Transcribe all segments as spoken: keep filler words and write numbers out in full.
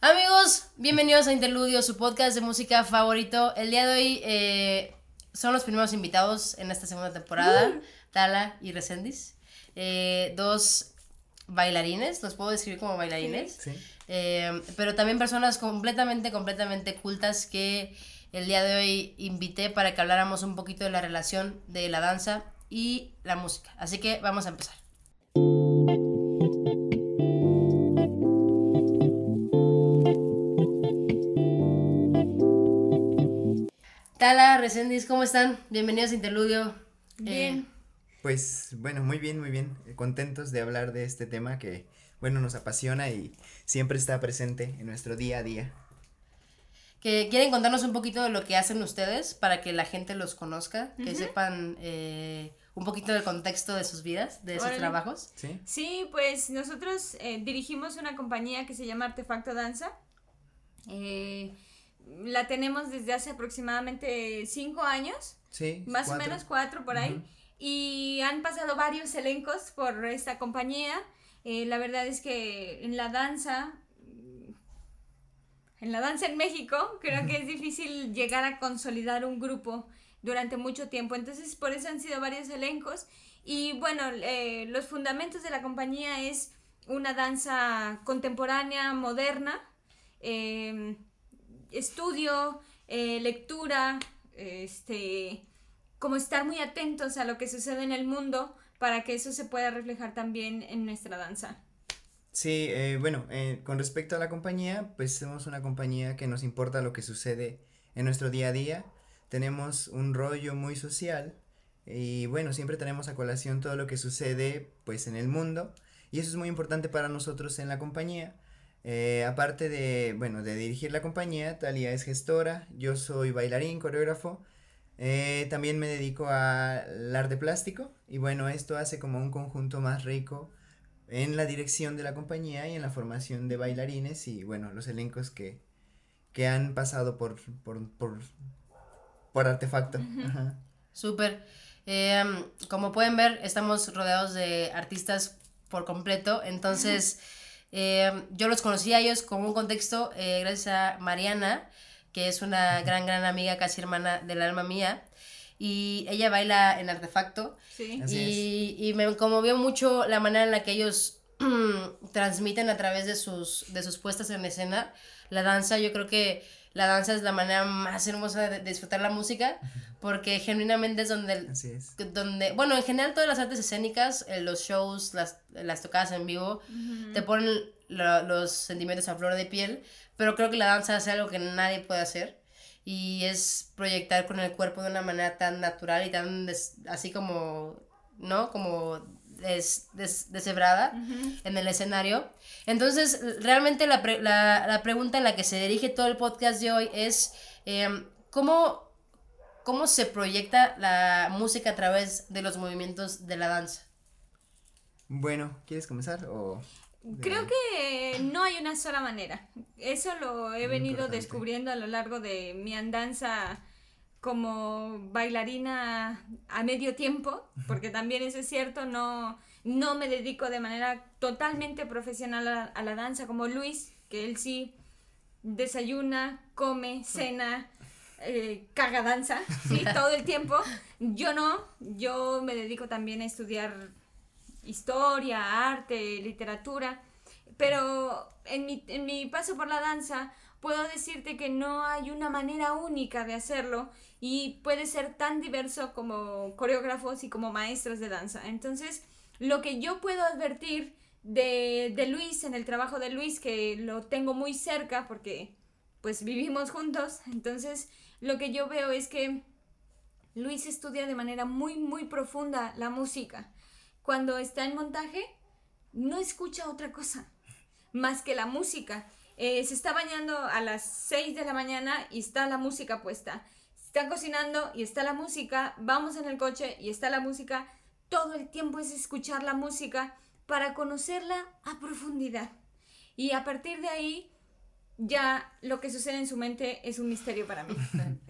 Amigos, bienvenidos a Interludio, su podcast de música favorito. El día de hoy eh, son los primeros invitados en esta segunda temporada, uh. Tala y Reséndiz, eh, dos bailarines, los puedo describir como bailarines, sí. Sí. Eh, pero también personas completamente, completamente cultas que el día de hoy invité para que habláramos un poquito de la relación de la danza y la música. Así que vamos a empezar. Tala, Reséndiz, ¿cómo están? Bienvenidos a Interludio. Bien. Eh, pues bueno, muy bien, muy bien. Contentos de hablar de este tema que, bueno, nos apasiona y siempre está presente en nuestro día a día. Que quieren contarnos un poquito de lo que hacen ustedes para que la gente los conozca, uh-huh. que sepan eh, un poquito del contexto de sus vidas, de sus Órale. trabajos. Sí, sí pues nosotros eh, dirigimos una compañía que se llama Artefacto Danza. Eh, la tenemos desde hace aproximadamente cinco años. Sí. Más cuatro. o menos cuatro por ahí. Uh-huh. Y han pasado varios elencos por esta compañía. Eh, la verdad es que en la danza... En la danza en México, creo que es difícil llegar a consolidar un grupo durante mucho tiempo. Entonces, por eso han sido varios elencos. Y bueno, eh, los fundamentos de la compañía es una danza contemporánea, moderna, eh, estudio, eh, lectura, este, como estar muy atentos a lo que sucede en el mundo para que eso se pueda reflejar también en nuestra danza. Sí, eh, bueno, eh, con respecto a la compañía, pues somos una compañía que nos importa lo que sucede en nuestro día a día. Tenemos un rollo muy social y bueno, siempre tenemos a colación todo lo que sucede pues en el mundo y eso es muy importante para nosotros en la compañía. Eh, aparte de, bueno, de dirigir la compañía, Talia es gestora, yo soy bailarín, coreógrafo, eh, también me dedico al arte plástico y bueno, esto hace como un conjunto más rico en la dirección de la compañía y en la formación de bailarines y bueno, los elencos que, que han pasado por, por, por, por Artefacto. Uh-huh. Ajá. Súper. Eh, como pueden ver, estamos rodeados de artistas por completo, entonces uh-huh. eh, yo los conocí a ellos con un contexto eh, gracias a Mariana, que es una uh-huh. gran, gran amiga, casi hermana del alma mía. Y ella baila en Artefacto. Sí. Y, y me conmovió mucho la manera en la que ellos transmiten a través de sus, de sus puestas en escena la danza. Yo creo que la danza es la manera más hermosa de, de disfrutar la música, porque genuinamente es donde, Así es. donde, bueno, en general todas las artes escénicas, los shows, las, las tocadas en vivo, uh-huh. te ponen lo, los sentimientos a flor de piel, pero creo que la danza hace algo que nadie puede hacer. Y es proyectar con el cuerpo de una manera tan natural y tan des, así como, ¿no? Como des, des, deshebrada uh-huh. en el escenario. Entonces, realmente la, pre, la, la pregunta en la que se dirige todo el podcast de hoy es eh, ¿cómo, ¿cómo se proyecta la música a través de los movimientos de la danza? Bueno, ¿quieres comenzar o...? Creo que no hay una sola manera. Eso lo he venido Importante. descubriendo a lo largo de mi andanza como bailarina a medio tiempo, porque también eso es cierto, no, no me dedico de manera totalmente profesional a, a la danza como Luis, que él sí desayuna, come, cena, eh, caga danza, sí, todo el tiempo. Yo no, yo me dedico también a estudiar historia, arte, literatura, pero en mi, en mi paso por la danza puedo decirte que no hay una manera única de hacerlo y puede ser tan diverso como coreógrafos y como maestros de danza. Entonces, lo que yo puedo advertir de, de Luis, en el trabajo de Luis, que lo tengo muy cerca porque pues vivimos juntos, entonces lo que yo veo es que Luis estudia de manera muy muy profunda la música. Cuando está en montaje, no escucha otra cosa más que la música. Eh, se está bañando a las seis de la mañana y está la música puesta. Está cocinando y está la música. Vamos en el coche y está la música. Todo el tiempo es escuchar la música para conocerla a profundidad. Y a partir de ahí, ya lo que sucede en su mente es un misterio para mí.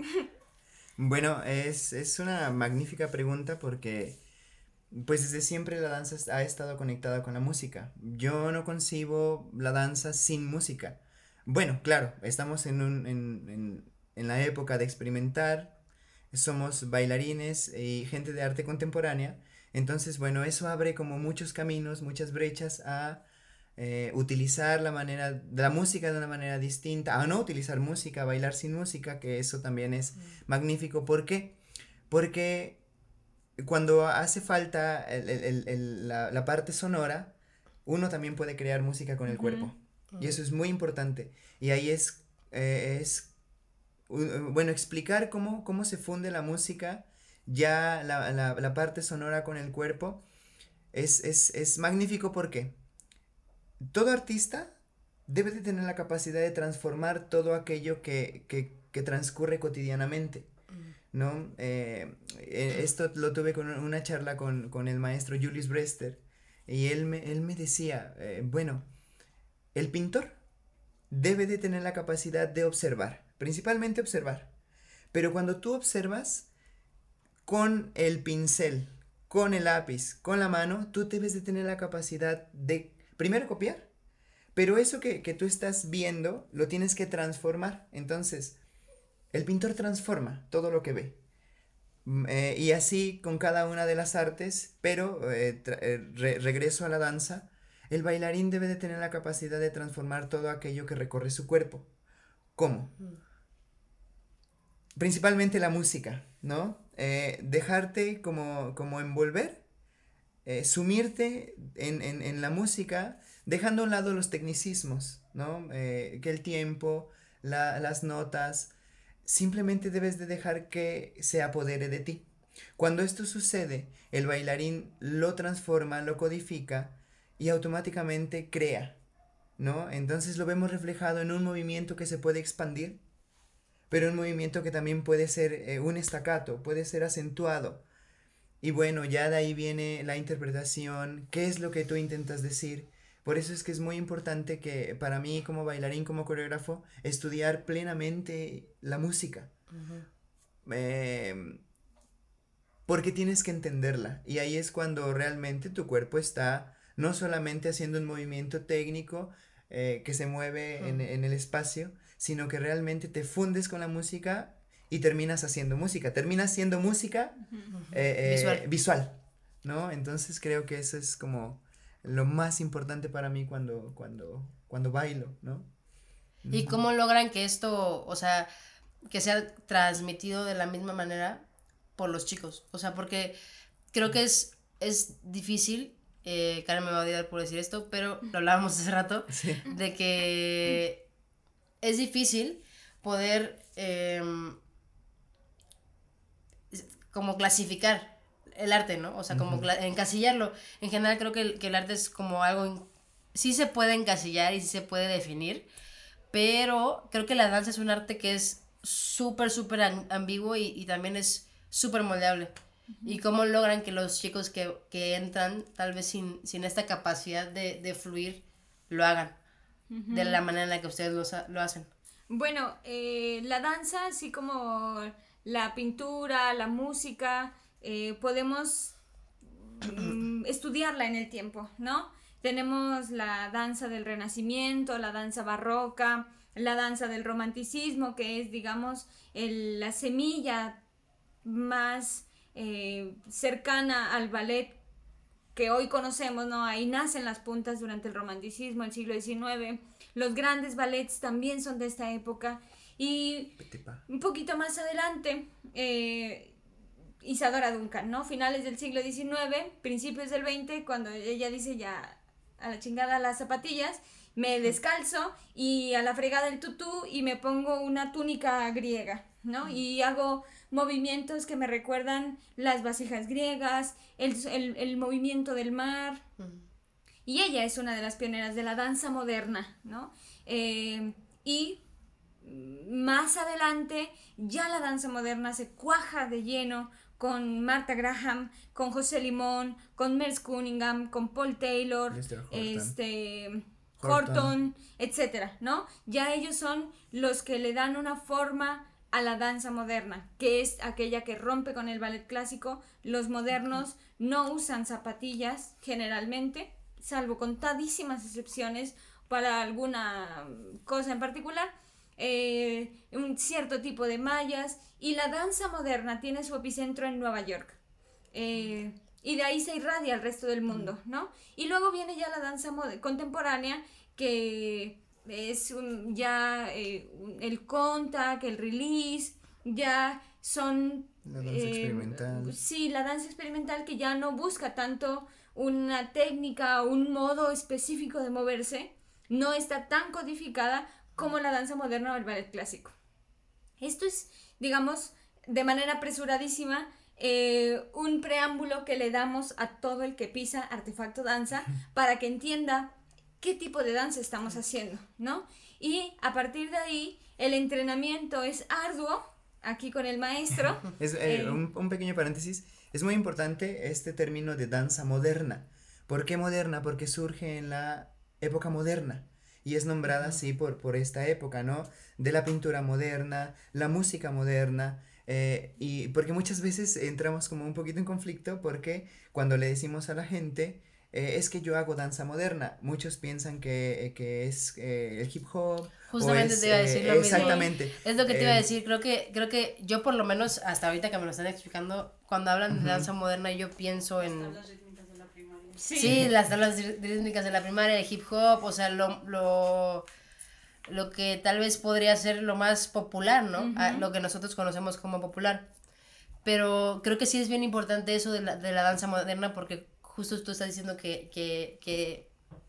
Bueno, es, es una magnífica pregunta porque... Pues desde siempre la danza ha estado conectada con la música. Yo no concibo la danza sin música. Bueno, claro, estamos en, un, en, en, en la época de experimentar, somos bailarines y gente de arte contemporánea, entonces, bueno, eso abre como muchos caminos, muchas brechas a eh, utilizar la manera, de la música de una manera distinta, a no utilizar música, a bailar sin música, que eso también es mm. magnífico. ¿Por qué? Porque cuando hace falta el, el, el, el, la, la parte sonora, uno también puede crear música con el uh-huh. cuerpo. Y eso es muy importante. Y ahí es, eh, es uh, bueno, explicar cómo, cómo se funde la música, ya la, la, la parte sonora con el cuerpo, es, es, es magnífico porque todo artista debe de tener la capacidad de transformar todo aquello que, que, que transcurre cotidianamente, ¿no? Eh, esto lo tuve con una charla con, con el maestro Julius Brester, y él me, él me decía, eh, bueno, el pintor debe de tener la capacidad de observar, principalmente observar, pero cuando tú observas con el pincel, con el lápiz, con la mano, tú debes de tener la capacidad de, primero, copiar, pero eso que, que tú estás viendo lo tienes que transformar. Entonces, el pintor transforma todo lo que ve. Eh, y así con cada una de las artes, pero eh, tra- eh, re- regreso a la danza, el bailarín debe de tener la capacidad de transformar todo aquello que recorre su cuerpo. ¿Cómo? Mm. Principalmente la música, ¿no? Eh, dejarte como, como envolver, eh, sumirte en, en, en la música, dejando a un lado los tecnicismos, ¿no? Eh, que el tiempo, la, las notas, simplemente debes de dejar que se apodere de ti. Cuando esto sucede, el bailarín lo transforma, lo codifica y automáticamente crea, ¿no? Entonces lo vemos reflejado en un movimiento que se puede expandir, pero un movimiento que también puede ser eh, un staccato, puede ser acentuado. Y bueno, ya de ahí viene la interpretación, qué es lo que tú intentas decir. Por eso es que es muy importante que para mí como bailarín, como coreógrafo, estudiar plenamente la música. Uh-huh. Eh, porque tienes que entenderla. Y ahí es cuando realmente tu cuerpo está no solamente haciendo un movimiento técnico eh, que se mueve uh-huh. en, en el espacio, sino que realmente te fundes con la música y terminas haciendo música. Terminas siendo música uh-huh. eh, eh, visual. visual, ¿no? Entonces creo que eso es como lo más importante para mí cuando, cuando, cuando bailo, ¿no? ¿Y cómo logran que esto, o sea, que sea transmitido de la misma manera por los chicos? O sea, porque creo que es, es difícil, eh, Karen me va a odiar por decir esto, pero lo hablábamos hace rato, sí. de que es difícil poder eh, como clasificar el arte, ¿no? O sea, como uh-huh. encasillarlo. En general creo que el, que el arte es como algo, in- sí se puede encasillar y sí se puede definir, pero creo que la danza es un arte que es súper, súper ambiguo y, y también es súper moldeable. Uh-huh. Y cómo logran que los chicos que, que entran, tal vez sin, sin esta capacidad de, de fluir, lo hagan uh-huh. de la manera en la que ustedes lo, lo hacen. Bueno, eh, la danza, así como la pintura, la música, eh, podemos mm, estudiarla en el tiempo, ¿no? Tenemos la danza del Renacimiento, la danza barroca, la danza del romanticismo, que es, digamos, el, la semilla más eh, cercana al ballet que hoy conocemos, ¿no? Ahí nacen las puntas durante el romanticismo, el siglo diecinueve. Los grandes ballets también son de esta época. Y un poquito más adelante, eh, Isadora Duncan, ¿no? Finales del siglo diecinueve, principios del veinte, cuando ella dice ya a la chingada las zapatillas, me descalzo y a la fregada el tutú y me pongo una túnica griega, ¿no? Y hago movimientos que me recuerdan las vasijas griegas, el, el, el movimiento del mar. Y ella es una de las pioneras de la danza moderna, ¿no? Eh, y más adelante ya la danza moderna se cuaja de lleno con Martha Graham, con José Limón, con Merce Cunningham, con Paul Taylor, este, Horton, Horton, etcétera, ¿no? Ya ellos son los que le dan una forma a la danza moderna, que es aquella que rompe con el ballet clásico. Los modernos no usan zapatillas generalmente, salvo contadísimas excepciones, para alguna cosa en particular, eh, un cierto tipo de mallas, y la danza moderna tiene su epicentro en Nueva York. Eh, y de ahí se irradia al resto del mundo, ¿no? Y luego viene ya la danza contemporánea, que es un, ya eh, el contact, el release, ya son... La danza eh, experimental. Sí, la danza experimental, que ya no busca tanto una técnica o un modo específico de moverse, no está tan codificada como la danza moderna o el ballet clásico. Esto es, digamos, de manera apresuradísima, eh, un preámbulo que le damos a todo el que pisa Artefacto Danza para que entienda qué tipo de danza estamos haciendo, ¿no? Y a partir de ahí, el entrenamiento es arduo, aquí con el maestro. Es, eh, eh, un, un pequeño paréntesis, es muy importante este término de danza moderna. ¿Por qué moderna? Porque surge en la época moderna y es nombrada así por, por esta época, ¿no? De la pintura moderna, la música moderna, eh, y porque muchas veces entramos como un poquito en conflicto porque cuando le decimos a la gente, eh, es que yo hago danza moderna, muchos piensan que, eh, que es eh, el hip hop. Justamente es, te iba a decir lo eh, mismo. Exactamente. Es lo que te eh, iba a decir, creo que, creo que yo por lo menos hasta ahorita que me lo están explicando, cuando hablan uh-huh. de danza moderna yo pienso en... Las rítmicas de la primaria. Sí, sí, las tablas rítmicas de la primaria, el hip hop, o sea, lo, lo, lo que tal vez podría ser lo más popular, ¿no? Uh-huh. A, lo que nosotros conocemos como popular. Pero creo que sí es bien importante eso de la, de la danza moderna, porque justo tú estás diciendo que, que, que,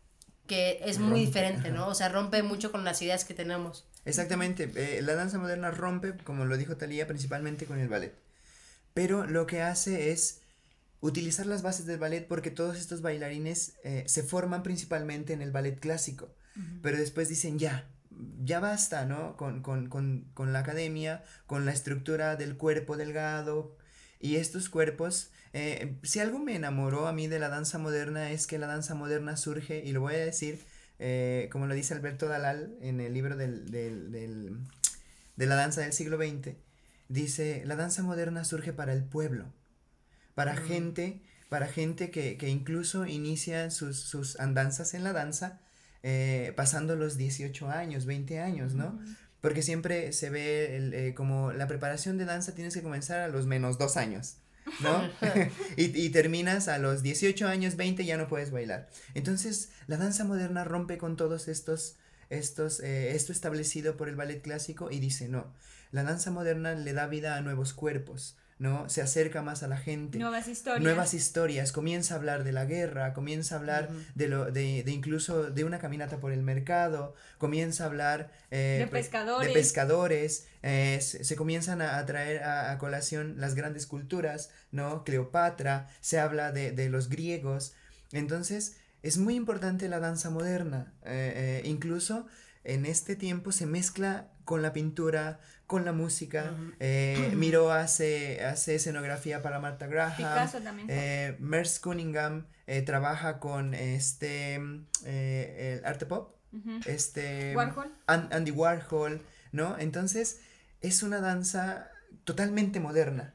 que es muy rompe, diferente, ¿no? O sea, rompe mucho con las ideas que tenemos. Exactamente, eh, la danza moderna rompe, como lo dijo Thalía, principalmente con el ballet. Pero lo que hace es utilizar las bases del ballet, porque todos estos bailarines eh, se forman principalmente en el ballet clásico, uh-huh. pero después dicen ya, ya basta, ¿no? Con, con, con, con la academia, con la estructura del cuerpo delgado, y estos cuerpos, eh, si algo me enamoró a mí de la danza moderna es que la danza moderna surge, y lo voy a decir, eh, como lo dice Alberto Dalal en el libro del, del, del, de la danza del siglo veinte, dice, la danza moderna surge para el pueblo, para mm. gente, para gente que, que incluso inicia sus, sus andanzas en la danza eh, pasando los dieciocho años, veinte años, ¿no? Mm. Porque siempre se ve el, eh, como la preparación de danza tienes que comenzar a los menos dos años, ¿no? y, y terminas a los dieciocho años, veinte, ya no puedes bailar. Entonces, la danza moderna rompe con todos estos, estos, eh, esto establecido por el ballet clásico y dice, no, la danza moderna le da vida a nuevos cuerpos, ¿no? Se acerca más a la gente. Nuevas historias. Nuevas historias. Comienza a hablar de la guerra, comienza a hablar uh-huh. de lo de, de incluso de una caminata por el mercado, comienza a hablar eh, de pescadores. De pescadores eh, se, se comienzan a, a traer a, a colación las grandes culturas, ¿no? Cleopatra, se habla de, de los griegos. Entonces, es muy importante la danza moderna. Eh, eh, incluso en este tiempo se mezcla con la pintura, con la música. Uh-huh. eh, Miro hace, hace escenografía para Martha Graham. Picasso también. Eh, Merce Cunningham eh, trabaja con este eh, el arte pop. Uh-huh. Este Warhol. And, Andy Warhol, ¿no? Entonces es una danza totalmente moderna.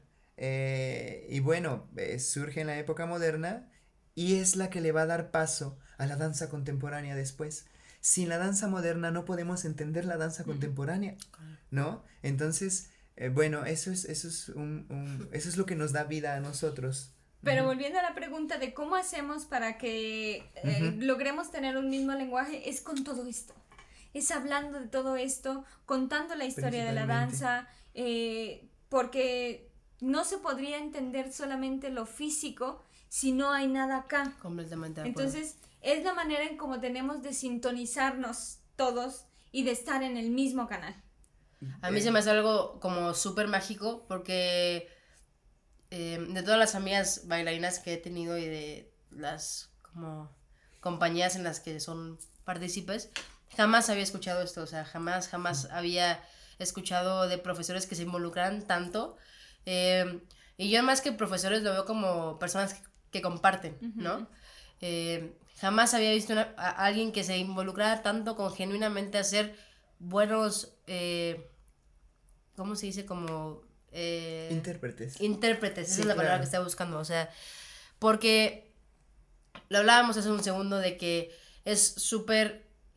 Eh, y bueno, eh, surge en la época moderna y es la que le va a dar paso a la danza contemporánea después. Sin la danza moderna no podemos entender la danza contemporánea, ¿no? Entonces, eh, bueno, eso es, eso es un, un, eso es lo que nos da vida a nosotros. Pero volviendo a la pregunta de cómo hacemos para que eh, uh-huh. logremos tener un mismo lenguaje, es con todo esto. Es hablando de todo esto, contando la historia de la danza, eh, porque no se podría entender solamente lo físico si no hay nada acá. Completamente. Entonces, es la manera en cómo tenemos de sintonizarnos todos y de estar en el mismo canal. A mí se me hace algo como súper mágico porque eh, de todas las amigas bailarinas que he tenido y de las como compañías en las que son partícipes, jamás había escuchado esto, o sea, jamás, jamás mm. había escuchado de profesores que se involucran tanto. Eh, y yo más que profesores lo veo como personas que, que comparten, uh-huh. ¿no? Eh, jamás había visto una, a alguien que se involucrara tanto con genuinamente hacer buenos, eh, ¿cómo se dice? Como... Eh, intérpretes. Intérpretes, esa sí, es la claro. palabra que estaba buscando, o sea, porque lo hablábamos hace un segundo de que es súper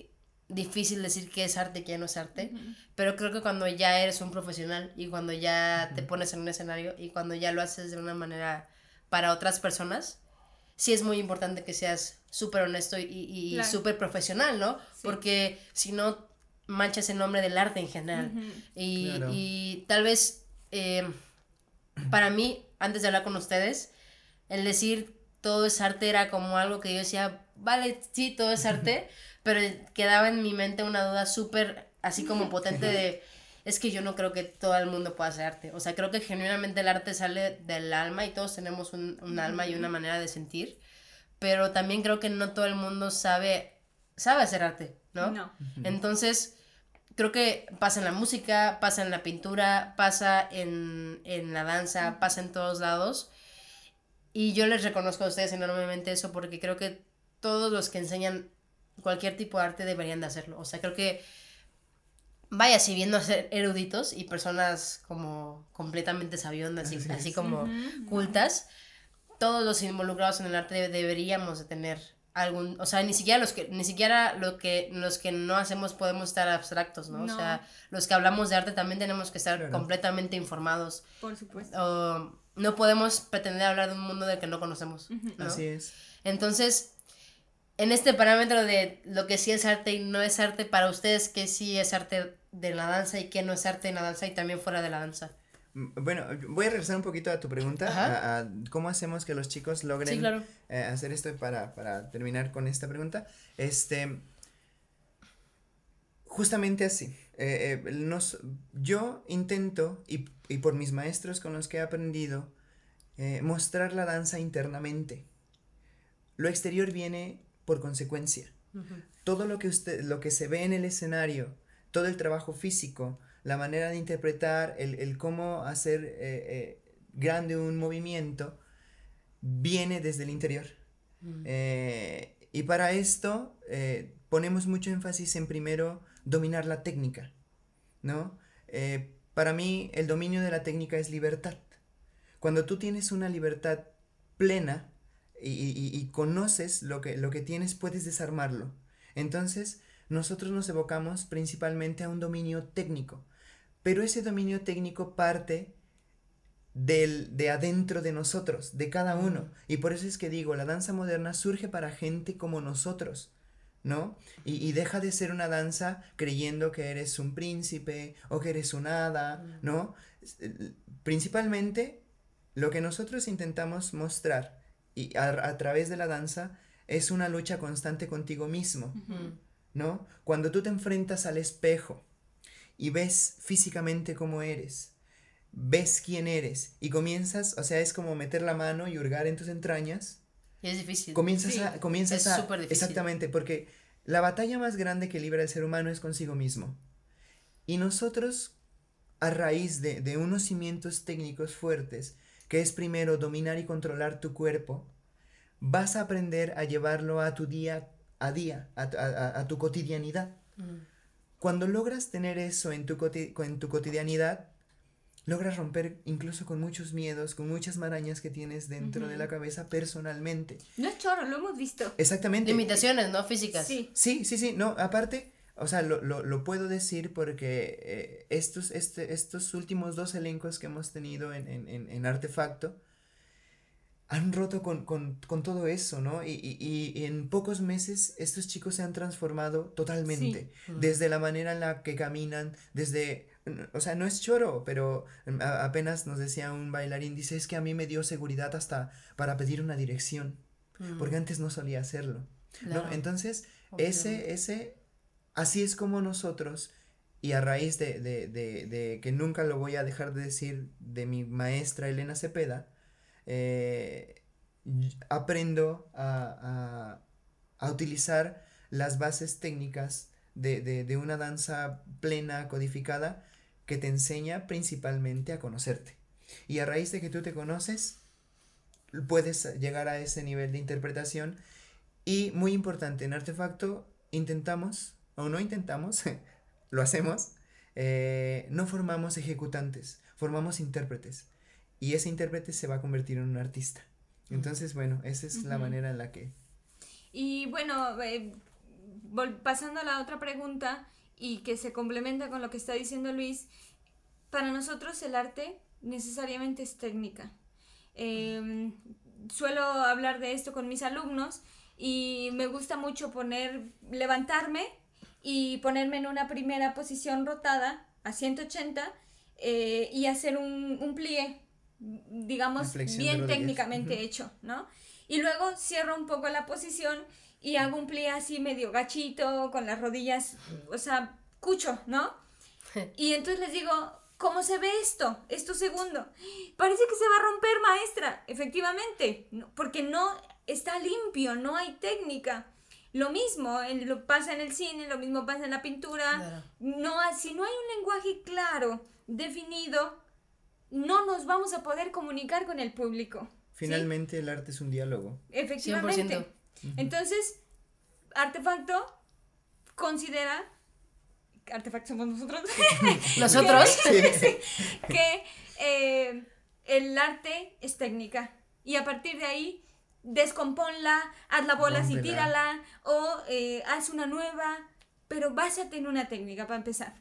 difícil decir qué es arte y qué no es arte, Uh-huh. pero creo que cuando ya eres un profesional y cuando ya uh-huh. te pones en un escenario y cuando ya lo haces de una manera para otras personas, sí es muy importante que seas súper honesto y, y claro. súper profesional, ¿no? Sí. Porque si no manchas el nombre del arte en general. Uh-huh. Y, claro. y tal vez eh, para mí, antes de hablar con ustedes, el decir todo es arte era como algo que yo decía, vale, sí, todo es arte, pero quedaba en mi mente una duda súper así como potente de, es que yo no creo que todo el mundo pueda hacer arte. O sea, creo que genuinamente el arte sale del alma y todos tenemos un, un alma y una manera de sentir, pero también creo que no todo el mundo sabe, sabe hacer arte, ¿no? No. Entonces, creo que pasa en la música, pasa en la pintura, pasa en, en la danza, pasa en todos lados. Y yo les reconozco a ustedes enormemente eso porque creo que todos los que enseñan cualquier tipo de arte deberían de hacerlo. O sea, creo que vaya, si viendo a ser eruditos y personas como completamente sabiondas y así como uh-huh. cultas, todos los involucrados en el arte deberíamos de tener algún, o sea, ni siquiera los que ni siquiera lo que los que no hacemos podemos estar abstractos, ¿no? no. O sea, los que hablamos de arte también tenemos que estar claro. completamente informados. Por supuesto. O no podemos pretender hablar de un mundo del que no conocemos, ¿no? Así es. Entonces, en este parámetro de lo que sí es arte y no es arte, para ustedes, ¿qué sí es arte de la danza y qué no es arte en la danza y también fuera de la danza? Bueno, voy a regresar un poquito a tu pregunta, a, a cómo hacemos que los chicos logren sí, claro. eh, hacer esto para, para terminar con esta pregunta. Este, justamente así, eh, eh, nos, yo intento, y, y por mis maestros con los que he aprendido, eh, mostrar la danza internamente. Lo exterior viene por consecuencia. Uh-huh. Todo lo que usted, lo que se ve en el escenario, todo el trabajo físico, la manera de interpretar, el, el cómo hacer eh, eh, grande un movimiento, viene desde el interior. Uh-huh. Eh, y para esto eh, ponemos mucho énfasis en primero dominar la técnica, ¿no? Eh, para mí el dominio de la técnica es libertad. Cuando tú tienes una libertad plena y, y, y conoces lo que, lo que tienes, puedes desarmarlo. Entonces nosotros nos evocamos principalmente a un dominio técnico, pero ese dominio técnico parte del, de adentro de nosotros, de cada uno, y por eso es que digo, la danza moderna surge para gente como nosotros, ¿no? Y, y deja de ser una danza creyendo que eres un príncipe o que eres un hada, ¿no? Principalmente lo que nosotros intentamos mostrar y a, a través de la danza es una lucha constante contigo mismo, uh-huh. ¿no? Cuando tú te enfrentas al espejo y ves físicamente cómo eres, ves quién eres y comienzas, o sea, es como meter la mano y hurgar en tus entrañas. Y es difícil. Comienzas sí, a... Comienzas es a súper difícil. Exactamente, porque la batalla más grande que libra el ser humano es consigo mismo. Y nosotros, a raíz de, de unos cimientos técnicos fuertes, que es primero dominar y controlar tu cuerpo, vas a aprender a llevarlo a tu día a día, a, a, a tu cotidianidad. Mm. Cuando logras tener eso en tu, coti- en tu cotidianidad, logras romper incluso con muchos miedos, con muchas marañas que tienes dentro uh-huh. de la cabeza personalmente. No es chorro, lo hemos visto. Exactamente. Limitaciones, ¿no? Físicas. Sí. Sí, sí, sí, no, aparte, o sea, lo, lo, lo puedo decir porque eh, estos, este, estos últimos dos elencos que hemos tenido en, en, en, en Artefacto han roto con, con, con todo eso, ¿no? Y, y, y en pocos meses estos chicos se han transformado totalmente. Sí. Uh-huh. Desde la manera en la que caminan, desde... O sea, no es choro, pero a, apenas nos decía un bailarín, dice, es que a mí me dio seguridad hasta para pedir una dirección, uh-huh. porque antes no solía hacerlo, claro. ¿no? Entonces, okay. ese, ese, así es como nosotros, y a raíz de, de, de, de que nunca lo voy a dejar de decir, de mi maestra Elena Cepeda, eh, aprendo a, a, a utilizar las bases técnicas de, de, de una danza plena, codificada, que te enseña principalmente a conocerte. Y a raíz de que tú te conoces, puedes llegar a ese nivel de interpretación. Y muy importante, en Artefacto intentamos, o no intentamos, lo hacemos, eh, no formamos ejecutantes, formamos intérpretes. Y ese intérprete se va a convertir en un artista. Entonces, bueno, esa es uh-huh. la manera en la que... Y bueno, eh, vol- pasando a la otra pregunta y que se complementa con lo que está diciendo Luis, para nosotros el arte necesariamente es técnica. Eh, suelo hablar de esto con mis alumnos y me gusta mucho poner, levantarme y ponerme en una primera posición rotada a ciento ochenta eh, y hacer un, un plié, digamos, bien técnicamente uh-huh. hecho, ¿no? Y luego cierro un poco la posición y hago un plié así medio gachito, con las rodillas, o sea, cucho, ¿no? Y entonces les digo, ¿cómo se ve esto? Esto segundo. Parece que se va a romper, maestra. Efectivamente, porque no está limpio, no hay técnica. Lo mismo en, lo pasa en el cine, lo mismo pasa en la pintura. Claro. No, si no hay un lenguaje claro, definido, no nos vamos a poder comunicar con el público. Finalmente, ¿sí? El arte es un diálogo. Efectivamente. cien por ciento. Entonces, Artefacto considera, Artefacto somos nosotros, nosotros, que, sí, que eh, el arte es técnica y a partir de ahí descompónla, haz la bola y tírala o eh, haz una nueva, pero básate en una técnica para empezar.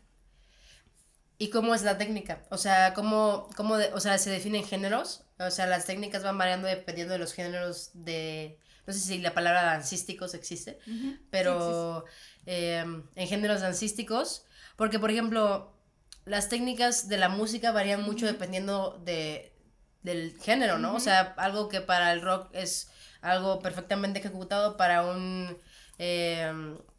¿Y cómo es la técnica? O sea, ¿cómo, cómo de, o sea, se definen géneros? O sea, las técnicas van variando dependiendo de los géneros de... No sé si la palabra dancísticos existe, uh-huh. pero sí, sí. Eh, en géneros dancísticos, porque, por ejemplo, las técnicas de la música varían mucho uh-huh. dependiendo de, del género, ¿no? Uh-huh. O sea, algo que para el rock es algo perfectamente ejecutado, para un... Eh,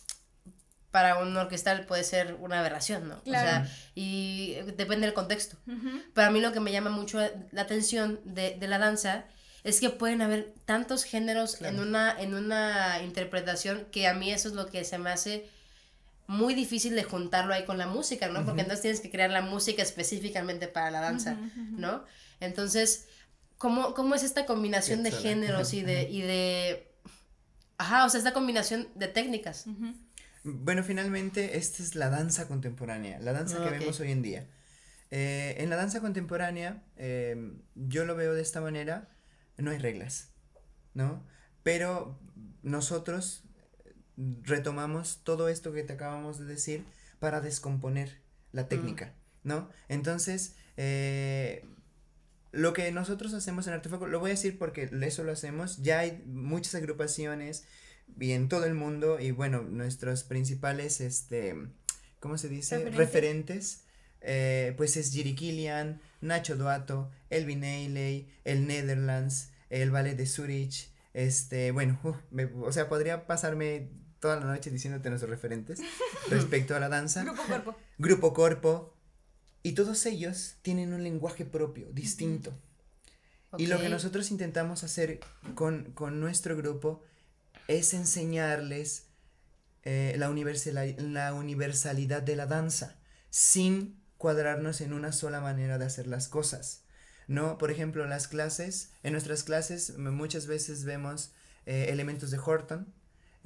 para un orquestal puede ser una aberración, ¿no? Claro. O sea, y depende del contexto. Uh-huh. Para mí lo que me llama mucho la atención de, de la danza es que pueden haber tantos géneros claro. en una en una interpretación que a mí eso es lo que se me hace muy difícil de juntarlo ahí con la música, ¿no? Uh-huh. Porque entonces tienes que crear la música específicamente para la danza, uh-huh, uh-huh. ¿no? Entonces, ¿cómo, cómo es esta combinación de géneros y de, y de... Ajá, o sea, esta combinación de técnicas? Uh-huh. Bueno, finalmente, esta es la danza contemporánea, la danza oh, que okay. vemos hoy en día. Eh, en la danza contemporánea, eh, yo lo veo de esta manera, no hay reglas, ¿no? Pero nosotros retomamos todo esto que te acabamos de decir para descomponer la técnica, mm. ¿no? Entonces, eh, lo que nosotros hacemos en Artefacto, lo voy a decir porque eso lo hacemos, ya hay muchas agrupaciones y en todo el mundo, y bueno, nuestros principales, este, ¿cómo se dice? Referentes, Referentes eh, pues es Jiri Kilian, Nacho Duato, Elvin Ailey, el Netherlands, el Ballet de Zurich, este, bueno, uh, me, o sea, podría pasarme toda la noche diciéndote nuestros referentes respecto a la danza. Grupo Corpo. Grupo Corpo, y todos ellos tienen un lenguaje propio, distinto. Uh-huh. Okay. Y lo que nosotros intentamos hacer con, con nuestro grupo es enseñarles eh, la, universal, la universalidad de la danza, sin cuadrarnos en una sola manera de hacer las cosas, ¿no? Por ejemplo, las clases, en nuestras clases muchas veces vemos eh, elementos de Horton,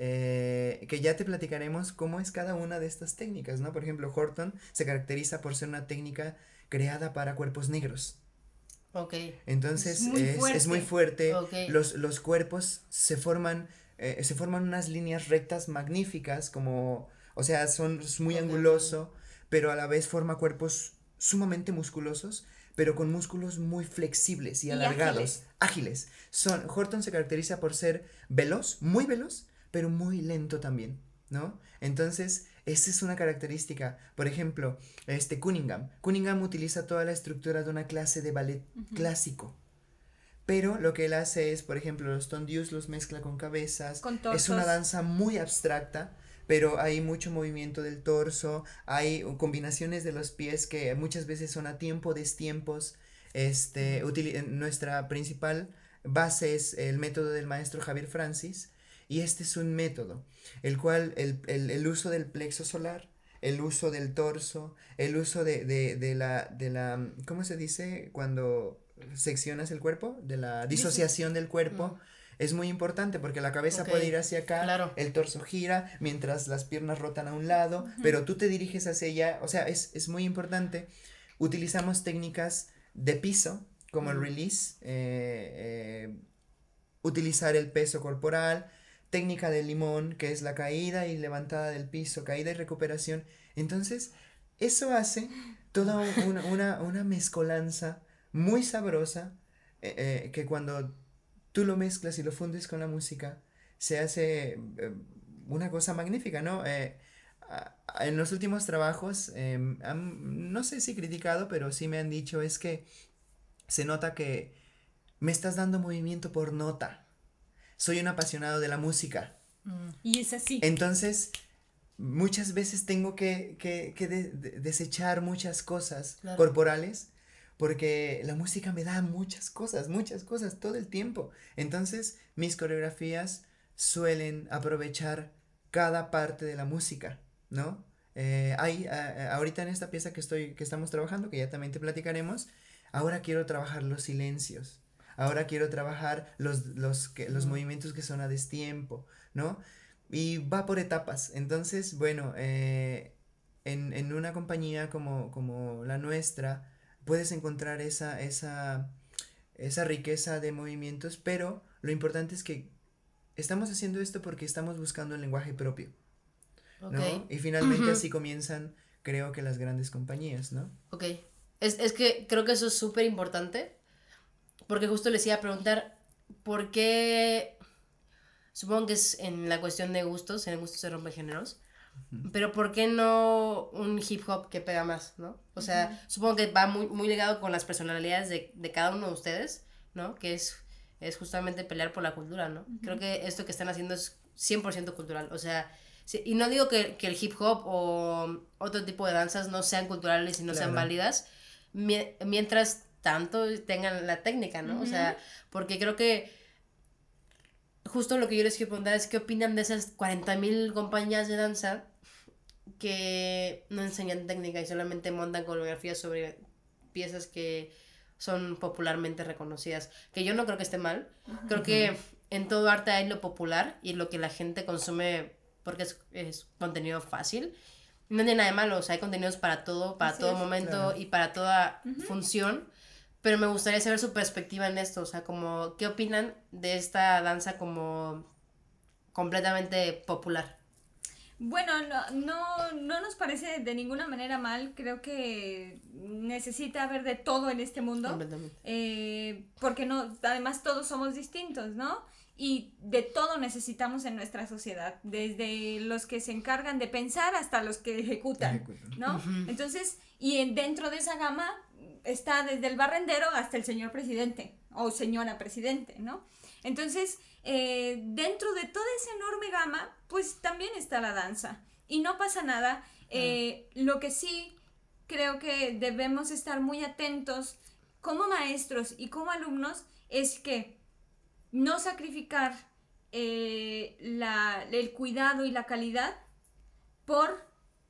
eh, que ya te platicaremos cómo es cada una de estas técnicas, ¿no? Por ejemplo, Horton se caracteriza por ser una técnica creada para cuerpos negros. Okay. Entonces es muy es, fuerte, es muy fuerte. Okay. Los, los cuerpos se forman... Eh, se forman unas líneas rectas magníficas, como, o sea, son es muy okay. anguloso, pero a la vez forma cuerpos sumamente musculosos, pero con músculos muy flexibles y, y alargados, ágiles. ágiles. Son, Horton se caracteriza por ser veloz, muy veloz, pero muy lento también, ¿no? Entonces, esa es una característica. Por ejemplo, este Cunningham. Cunningham utiliza toda la estructura de una clase de ballet uh-huh. clásico. Pero lo que él hace es, por ejemplo, los tendus los mezcla con cabezas. Con torsos. Es una danza muy abstracta, pero hay mucho movimiento del torso, hay combinaciones de los pies que muchas veces son a tiempo, destiempos. Este, utili- nuestra principal base es el método del maestro Javier Francis, y este es un método, el cual el, el, el uso del plexo solar, el uso del torso, el uso de, de, de, la, de la, ¿cómo se dice? Cuando seccionas el cuerpo, de la disociación del cuerpo, mm. es muy importante porque la cabeza okay. puede ir hacia acá, claro. el torso gira, mientras las piernas rotan a un lado, uh-huh. pero tú te diriges hacia ella, o sea, es, es muy importante. Utilizamos técnicas de piso, como uh-huh. el release, eh, eh, utilizar el peso corporal, técnica del limón, que es la caída y levantada del piso, caída y recuperación. Entonces, eso hace toda una, una, una mezcolanza muy sabrosa, eh, eh, que cuando tú lo mezclas y lo fundes con la música, se hace eh, una cosa magnífica, ¿no? Eh, a, a, en los últimos trabajos, eh, han, no sé si criticado, pero sí me han dicho, es que se nota que me estás dando movimiento por nota. Soy un apasionado de la música. Mm. Y es así. Entonces, muchas veces tengo que, que, que de, de, desechar muchas cosas claro. corporales, porque la música me da muchas cosas, muchas cosas todo el tiempo. Entonces, mis coreografías suelen aprovechar cada parte de la música, ¿no? Eh, hay, a, ahorita en esta pieza que, estoy, que estamos trabajando, que ya también te platicaremos, ahora quiero trabajar los silencios. Ahora quiero trabajar los, los, que, los mm. movimientos que son a destiempo, ¿no? Y va por etapas. Entonces, bueno, eh, en, en una compañía como, como la nuestra, puedes encontrar esa, esa, esa riqueza de movimientos, pero lo importante es que estamos haciendo esto porque estamos buscando el lenguaje propio, ¿no? Okay. Y finalmente así comienzan, creo que las grandes compañías, ¿no? Ok. Es, es que creo que eso es súper importante. Porque justo les iba a preguntar, ¿por qué? Supongo que es en la cuestión de gustos, en el gusto se rompen géneros, uh-huh. pero ¿por qué no un hip hop que pega más, no? O sea, uh-huh. supongo que va muy, muy ligado con las personalidades de, de cada uno de ustedes, ¿no? Que es, es justamente pelear por la cultura, ¿no? Uh-huh. Creo que esto que están haciendo es cien por ciento cultural, o sea, sí, y no digo que, que el hip hop o otro tipo de danzas no sean culturales y no claro. sean válidas, mi, mientras tanto tengan la técnica, ¿no? Uh-huh. O sea, porque creo que justo lo que yo les quiero preguntar es qué opinan de esas cuarenta mil compañías de danza que no enseñan técnica y solamente montan coreografías sobre piezas que son popularmente reconocidas, que yo no creo que esté mal. Uh-huh. Creo que en todo arte hay lo popular y lo que la gente consume porque es, es contenido fácil. No tiene nada de malo, o sea, hay contenidos para todo, para Así todo es, momento claro. y para toda uh-huh. función. Pero me gustaría saber su perspectiva en esto, o sea, como, ¿qué opinan de esta danza como completamente popular? Bueno, no, no, no nos parece de ninguna manera mal, creo que necesita haber de todo en este mundo. Completamente. Eh, porque no, además todos somos distintos, ¿no? Y de todo necesitamos en nuestra sociedad, desde los que se encargan de pensar hasta los que ejecutan, ¿no? Uh-huh. Entonces, y en, dentro de esa gama está desde el barrendero hasta el señor presidente o señora presidente, ¿no? Entonces, eh, dentro de toda esa enorme gama, pues también está la danza y no pasa nada. Eh, uh-huh. Lo que sí creo que debemos estar muy atentos como maestros y como alumnos es que no sacrificar eh, la, el cuidado y la calidad por...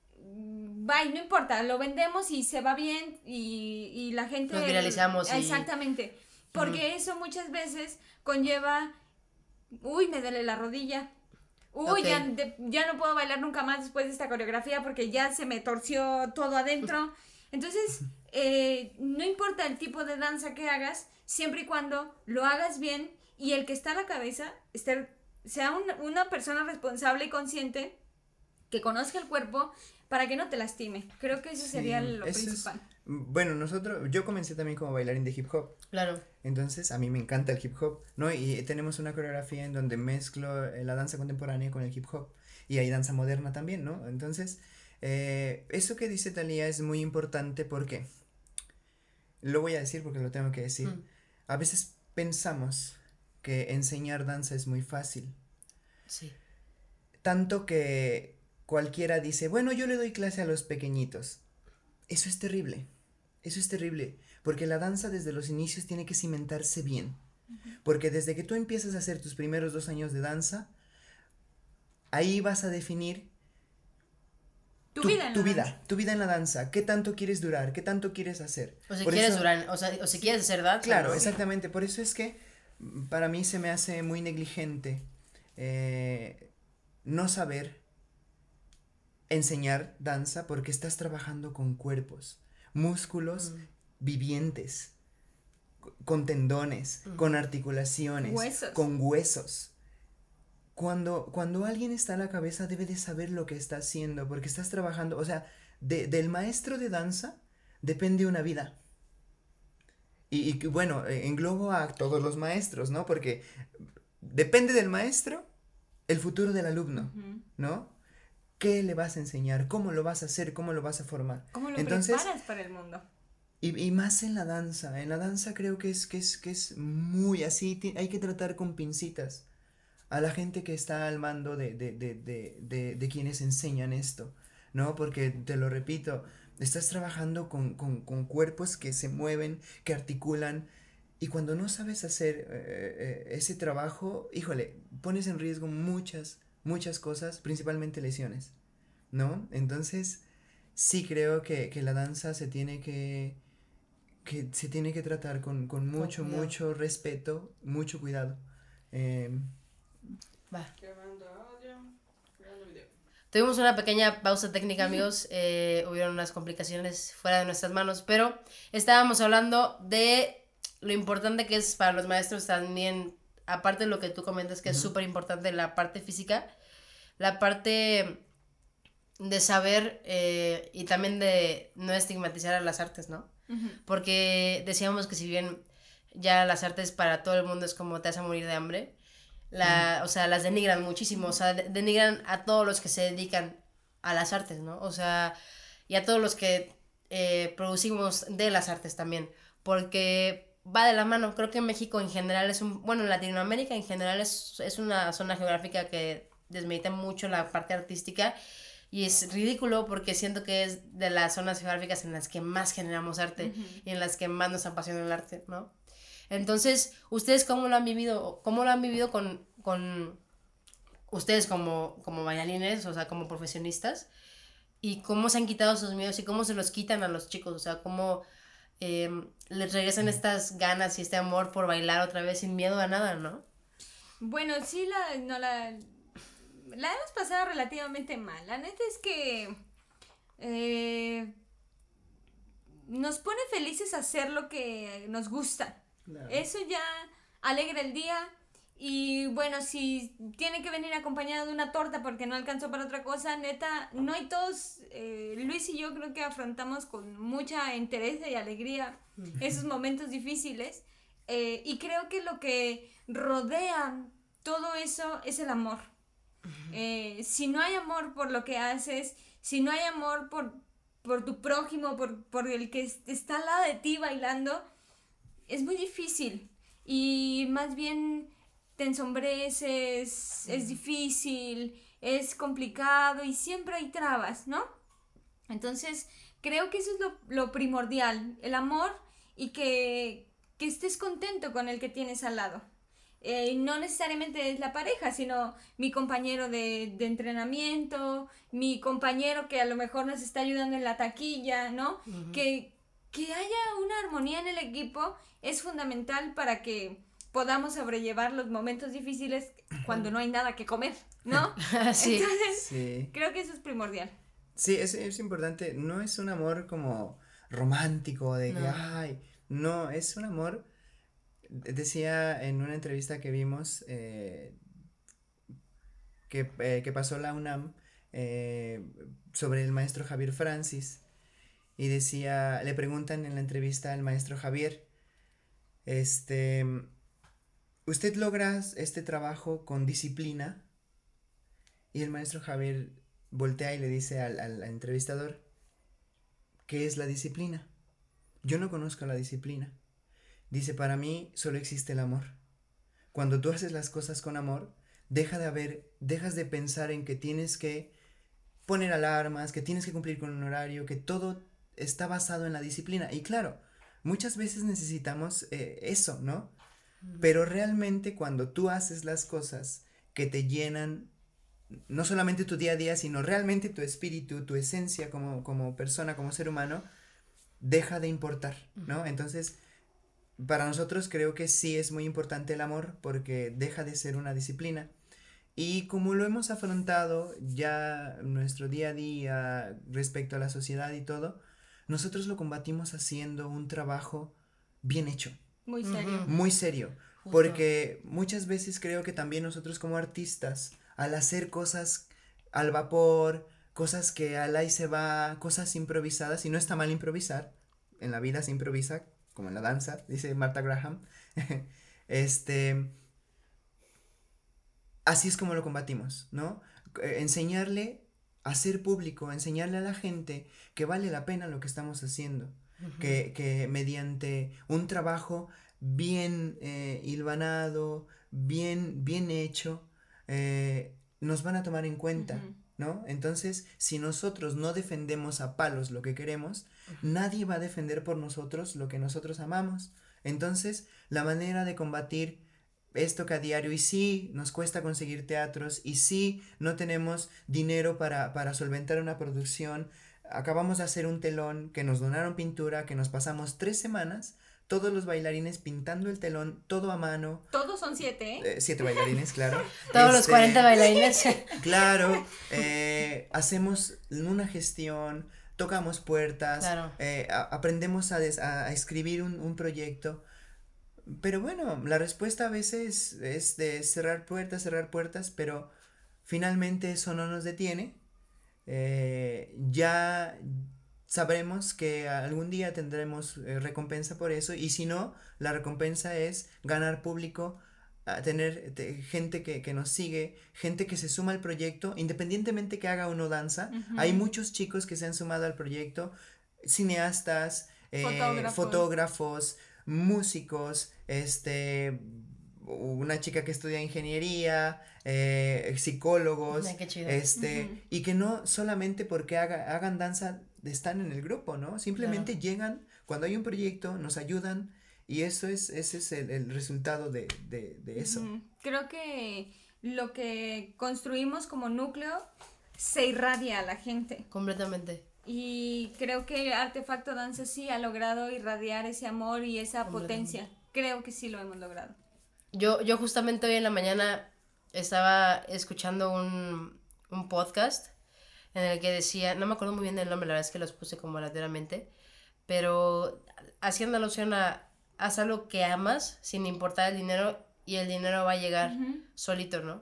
Bye, no importa, lo vendemos y se va bien y, y la gente... Nos viralizamos. Y... Exactamente, porque uh-huh. eso muchas veces conlleva, uy, me duele la rodilla, uy, okay. ya, de, ya no puedo bailar nunca más después de esta coreografía porque ya se me torció todo adentro. Entonces, eh, no importa el tipo de danza que hagas, siempre y cuando lo hagas bien y el que está a la cabeza esté, sea un, una persona responsable y consciente que conozca el cuerpo para que no te lastime. Creo que eso sí, sería lo eso principal. Es, bueno, nosotros, yo comencé también como bailarín de hip hop. Claro. Entonces, a mí me encanta el hip hop, ¿no? Y tenemos una coreografía en donde mezclo la danza contemporánea con el hip hop. Y hay danza moderna también, ¿no? Entonces, eh, eso que dice Thalía es muy importante porque, lo voy a decir porque lo tengo que decir, mm. a veces pensamos que enseñar danza es muy fácil. Sí. Tanto que cualquiera dice, bueno, yo le doy clase a los pequeñitos. Eso es terrible, eso es terrible, porque la danza desde los inicios tiene que cimentarse bien, uh-huh. porque desde que tú empiezas a hacer tus primeros dos años de danza, ahí vas a definir tu, tu, vida, en tu, la vida danza. tu vida en la danza, qué tanto quieres durar, qué tanto quieres hacer. O si por quieres eso, durar, o, sea, o si quieres hacer danza. Claro, ¿no? exactamente, por eso es que para mí se me hace muy negligente eh, no saber enseñar danza porque estás trabajando con cuerpos, músculos mm. vivientes, con tendones, mm. con articulaciones, huesos. con huesos. cuando, cuando alguien está a la cabeza debe de saber lo que está haciendo, porque estás trabajando, o sea, de, del maestro de danza depende una vida. Y, y bueno, englobo a todos los maestros, ¿no? Porque depende del maestro el futuro del alumno, uh-huh. ¿no? ¿Qué le vas a enseñar? ¿Cómo lo vas a hacer? ¿Cómo lo vas a formar? ¿Cómo lo Entonces, preparas para el mundo? Y, y más en la danza. En la danza creo que es, que es, que es muy así. T- hay que tratar con pincitas a la gente que está al mando de, de, de, de, de, de quienes enseñan esto, ¿no? Porque, te lo repito, estás trabajando con, con, con cuerpos que se mueven, que articulan, y cuando no sabes hacer eh, eh, ese trabajo, híjole, pones en riesgo muchas, muchas cosas, principalmente lesiones, ¿no? Entonces, sí creo que, que la danza se tiene que, que se tiene que tratar con, con mucho, con mucho respeto, mucho cuidado. Eh, Va. Tuvimos una pequeña pausa técnica, amigos. Eh, hubieron unas complicaciones fuera de nuestras manos, pero estábamos hablando de lo importante que es para los maestros también, aparte de lo que tú comentas, que uh-huh. es súper importante la parte física, la parte de saber eh, y también de no estigmatizar a las artes, ¿no? Uh-huh. Porque decíamos que si bien ya las artes para todo el mundo es como te vas a morir de hambre, la, uh-huh. o sea, las denigran muchísimo, o sea, de- denigran a todos los que se dedican a las artes, ¿no? O sea, y a todos los que eh, producimos de las artes también, porque va de la mano. Creo que México en general es un, bueno, Latinoamérica en general es, es una zona geográfica que desmerita mucho la parte artística, y es ridículo porque siento que es de las zonas geográficas en las que más generamos arte uh-huh. y en las que más nos apasiona el arte, ¿no? Entonces, ¿ustedes cómo lo han vivido? ¿Cómo lo han vivido con, con ustedes como, como bailarines, o sea, como profesionistas? ¿Y cómo se han quitado esos miedos y cómo se los quitan a los chicos? O sea, ¿cómo eh, les regresan estas ganas y este amor por bailar otra vez sin miedo a nada, ¿no? Bueno, sí, la, no la... La hemos pasado relativamente mal. La neta es que eh, nos pone felices hacer lo que nos gusta. Claro. Eso ya alegra el día. Y bueno, si tiene que venir acompañado de una torta porque no alcanzó para otra cosa, neta, no hay todos. Eh, Luis y yo creo que afrontamos con mucha entereza y alegría esos momentos difíciles. Eh, y creo que lo que rodea todo eso es el amor. Eh, si no hay amor por lo que haces, si no hay amor por, por tu prójimo, por, por el que está al lado de ti bailando, es muy difícil y más bien te ensombreces, uh-huh. es difícil, es complicado y siempre hay trabas, ¿no? Entonces creo que eso es lo, lo primordial, el amor, y que, que estés contento con el que tienes al lado. Eh, no necesariamente es la pareja, sino mi compañero de, de entrenamiento, mi compañero que a lo mejor nos está ayudando en la taquilla, ¿no? Uh-huh. Que, que haya una armonía en el equipo es fundamental para que podamos sobrellevar los momentos difíciles cuando no hay nada que comer, ¿no? Sí. Entonces, sí. creo que eso es primordial. Sí, es, es importante. No es un amor como romántico, de que, no. ay, no, es un amor... Decía en una entrevista que vimos eh, que, eh, que pasó la UNAM eh, sobre el maestro Javier Francis, y decía, le preguntan en la entrevista al maestro Javier, este, ¿usted logra este trabajo con disciplina? Y el maestro Javier voltea y le dice al, al, al entrevistador, ¿qué es la disciplina? Yo no conozco la disciplina. Dice, para mí solo existe el amor. Cuando tú haces las cosas con amor, deja de haber, dejas de pensar en que tienes que poner alarmas, que tienes que cumplir con un horario, que todo está basado en la disciplina. Y claro, muchas veces necesitamos eh, eso, ¿no? Mm. Pero realmente cuando tú haces las cosas que te llenan, no solamente tu día a día, sino realmente tu espíritu, tu esencia como, como persona, como ser humano, deja de importar, ¿no? Entonces... Para nosotros creo que sí es muy importante el amor porque deja de ser una disciplina, y como lo hemos afrontado ya nuestro día a día respecto a la sociedad y todo, nosotros lo combatimos haciendo un trabajo bien hecho. Muy serio. Muy serio. Justo. Porque muchas veces creo que también nosotros como artistas, al hacer cosas al vapor, cosas que al ahí se va, cosas improvisadas, y no está mal improvisar, en la vida se improvisa, como en la danza, dice Martha Graham, este, así es como lo combatimos, ¿no? Eh, enseñarle a ser público, enseñarle a la gente que vale la pena lo que estamos haciendo, uh-huh. que, que mediante un trabajo bien eh, hilvanado, bien, bien hecho, eh, nos van a tomar en cuenta, uh-huh. ¿no? Entonces, si nosotros no defendemos a palos lo que queremos, uh-huh. nadie va a defender por nosotros lo que nosotros amamos. Entonces, la manera de combatir esto que a diario, y sí nos cuesta conseguir teatros, y sí no tenemos dinero para, para solventar una producción, acabamos de hacer un telón que nos donaron pintura, que nos pasamos tres semanas, todos los bailarines pintando el telón, todo a mano. Todos son siete, ¿eh? eh siete bailarines, claro. Todos este, los cuarenta bailarines. Claro, eh, hacemos una gestión, tocamos puertas, claro. eh, a, aprendemos a, des, a, a escribir un, un proyecto. Pero bueno, la respuesta a veces es de cerrar puertas, cerrar puertas, pero finalmente eso no nos detiene. Eh, ya sabremos que algún día tendremos eh, recompensa por eso, y si no, la recompensa es ganar público, a tener te, gente que, que nos sigue, gente que se suma al proyecto, independientemente que haga o no danza. Uh-huh. Hay muchos chicos que se han sumado al proyecto, cineastas, eh, fotógrafos. fotógrafos, músicos, este, una chica que estudia ingeniería, eh, psicólogos, Ay, qué chido. este, uh-huh. y que no solamente porque haga, hagan danza están en el grupo, ¿no? Simplemente claro. llegan cuando hay un proyecto, nos ayudan, y eso es, ese es el, el resultado de, de, de eso. Uh-huh. Creo que lo que construimos como núcleo se irradia a la gente. Completamente. Y creo que Artefacto Danza sí ha logrado irradiar ese amor y esa potencia. Creo que sí lo hemos logrado. Yo, yo justamente hoy en la mañana estaba escuchando un, un podcast en el que decía, no me acuerdo muy bien del nombre, la verdad es que los puse como aleatoriamente, pero haciendo alusión a haz algo que amas sin importar el dinero, y el dinero va a llegar uh-huh. solito, ¿no?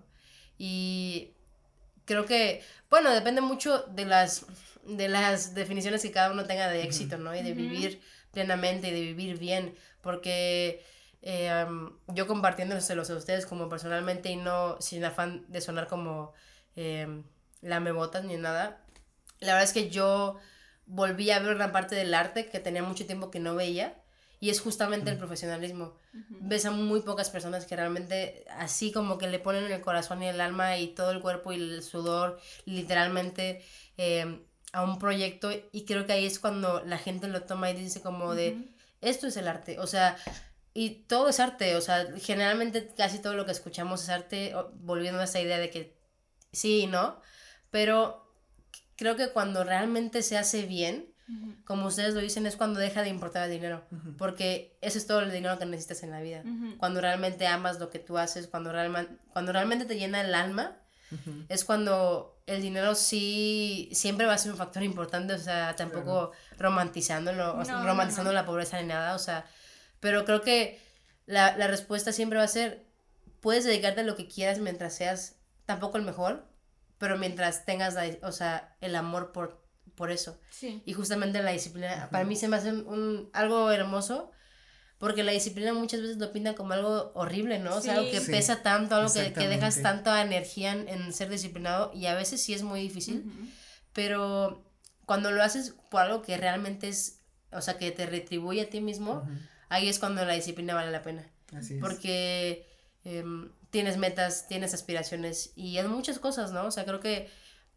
Y creo que, bueno, depende mucho de las, de las definiciones que cada uno tenga de éxito, ¿no? Y de uh-huh. vivir plenamente y de vivir bien, porque eh, um, yo compartiéndoselos a ustedes como personalmente, y no sin afán de sonar como eh, lamebotas ni nada, la verdad es que yo volví a ver una parte del arte que tenía mucho tiempo que no veía, y es justamente uh-huh. el profesionalismo. Uh-huh. Ves a muy pocas personas que realmente así como que le ponen el corazón y el alma y todo el cuerpo y el sudor literalmente eh, a un proyecto, y creo que ahí es cuando la gente lo toma y dice como uh-huh. de esto es el arte, o sea, y todo es arte, o sea, generalmente casi todo lo que escuchamos es arte, volviendo a esa idea de que sí y no, pero creo que cuando realmente se hace bien, uh-huh. como ustedes lo dicen, es cuando deja de importar el dinero, uh-huh. porque ese es todo el dinero que necesitas en la vida, uh-huh. cuando realmente amas lo que tú haces, cuando, realma, cuando realmente te llena el alma, uh-huh. es cuando el dinero sí siempre va a ser un factor importante, o sea, tampoco claro. romantizándolo, no, romantizando no, no. la pobreza ni nada, o sea, pero creo que la, la respuesta siempre va a ser, puedes dedicarte a lo que quieras mientras seas tampoco el mejor, pero mientras tengas la, o sea, el amor por, por eso. Sí. Y justamente la disciplina, uh-huh. para mí se me hace un, un, algo hermoso, porque la disciplina muchas veces lo pintan como algo horrible, ¿no? Sí. O sea, algo que sí. pesa tanto, algo que, que dejas tanta energía en, en ser disciplinado, y a veces sí es muy difícil, uh-huh. pero cuando lo haces por algo que realmente es, o sea, que te retribuye a ti mismo, uh-huh. ahí es cuando la disciplina vale la pena. Así es. Porque eh, tienes metas, tienes aspiraciones, y en muchas cosas, ¿no? O sea, creo que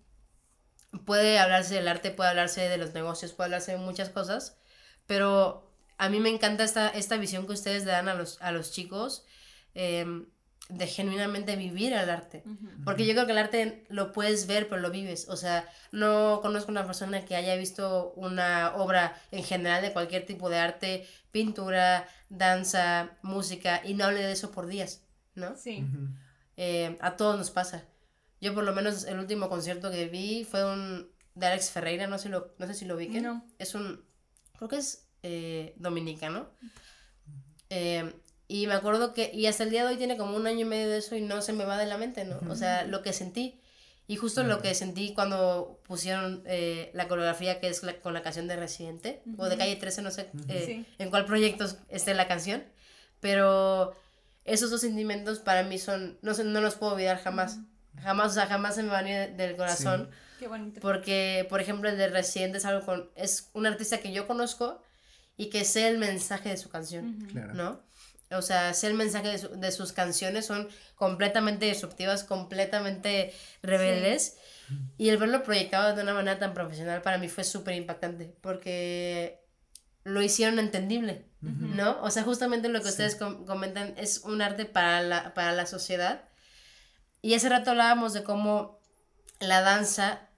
puede hablarse del arte, puede hablarse de los negocios, puede hablarse de muchas cosas, pero a mí me encanta esta, esta visión que ustedes le dan a los, a los chicos, eh, de genuinamente vivir el arte. Uh-huh. Porque yo creo que el arte lo puedes ver, pero lo vives. O sea, no conozco una persona que haya visto una obra en general de cualquier tipo de arte, pintura, danza, música, y no hable de eso por días, ¿no? Sí. Uh-huh. Eh, a todos nos pasa. Yo por lo menos el último concierto que vi fue un de Alex Ferreira, no sé si lo, no sé si lo ubiquen. No. Es un, creo que es eh, dominicano. Eh, Y me acuerdo que, y hasta el día de hoy tiene como un año y medio de eso y no se me va de la mente, ¿no? O sea, lo que sentí. Y justo uh-huh. lo que sentí cuando pusieron eh, la coreografía que es la, con la canción de Residente, uh-huh. o de Calle trece, no sé uh-huh. eh, sí. en cuál proyecto esté la canción, pero esos dos sentimientos para mí son, no sé, no los puedo olvidar jamás. Uh-huh. Jamás, o sea, jamás se me van a ir del corazón. Sí. Qué bonito. Porque, por ejemplo, el de Residente es algo con, es un artista que yo conozco y que sé el mensaje de su canción, uh-huh. claro. ¿no? O sea, sé el mensaje de, su, de sus canciones, son completamente disruptivas, completamente rebeldes. Sí. Y el verlo proyectado de una manera tan profesional para mí fue súper impactante, porque lo hicieron entendible, uh-huh. ¿no? O sea, justamente lo que sí. ustedes com- comentan es un arte para la, para la sociedad. Y hace rato hablábamos de cómo la danza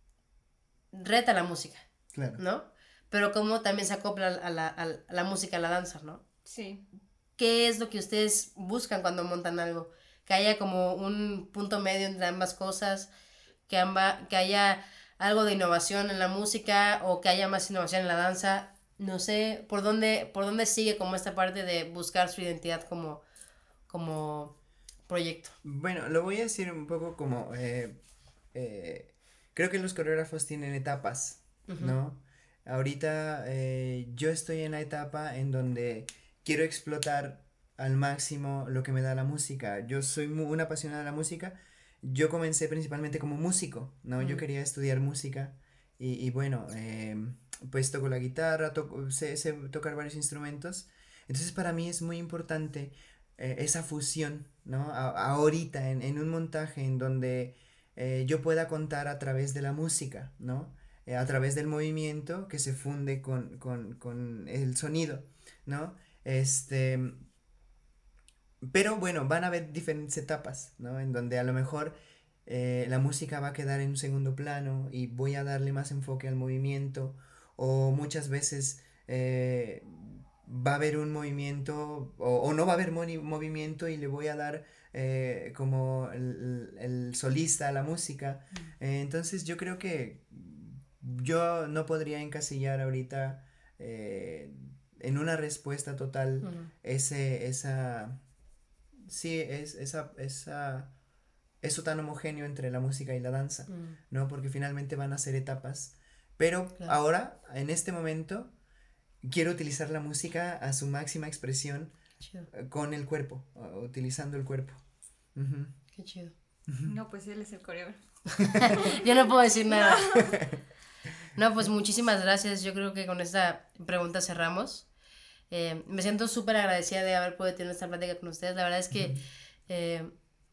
reta la música, claro. ¿no? Pero cómo también se acopla a la, a la música, a la danza, ¿no? Sí. ¿Qué es lo que ustedes buscan cuando montan algo? Que haya como un punto medio entre ambas cosas, que, amba, que haya algo de innovación en la música o que haya más innovación en la danza. No sé, ¿por dónde, por dónde sigue como esta parte de buscar su identidad como, como proyecto? Bueno, lo voy a decir un poco como, eh, eh, creo que los coreógrafos tienen etapas, uh-huh. ¿no? Ahorita eh, yo estoy en la etapa en donde quiero explotar al máximo lo que me da la música. Yo soy muy, una apasionada de la música. Yo comencé principalmente como músico, ¿no? Mm. Yo quería estudiar música y, y bueno, eh, pues toco la guitarra, toco, sé, sé tocar varios instrumentos. Entonces para mí es muy importante eh, esa fusión, ¿no? A, ahorita en, en un montaje en donde eh, yo pueda contar a través de la música, ¿no? Eh, a través del movimiento que se funde con, con, con el sonido, ¿no? Este, pero bueno, van a haber diferentes etapas, ¿no? En donde a lo mejor eh, la música va a quedar en un segundo plano y voy a darle más enfoque al movimiento, o muchas veces eh, va a haber un movimiento o, o no va a haber mo- movimiento y le voy a dar eh, como el, el solista a la música. Mm. Eh, entonces yo creo que yo no podría encasillar ahorita eh, en una respuesta total uh-huh. ese, esa, sí, es, esa, esa, eso tan homogéneo entre la música y la danza, uh-huh. ¿no? Porque finalmente van a ser etapas, pero claro. ahora, en este momento, quiero utilizar la música a su máxima expresión chido. Con el cuerpo, utilizando el cuerpo. Uh-huh. Qué chido. Uh-huh. No, pues él es el coreógrafo. Yo no puedo decir nada. No, pues muchísimas gracias. Yo creo que con esta pregunta cerramos. Eh, me siento súper agradecida de haber podido tener esta plática con ustedes. La verdad es que eh,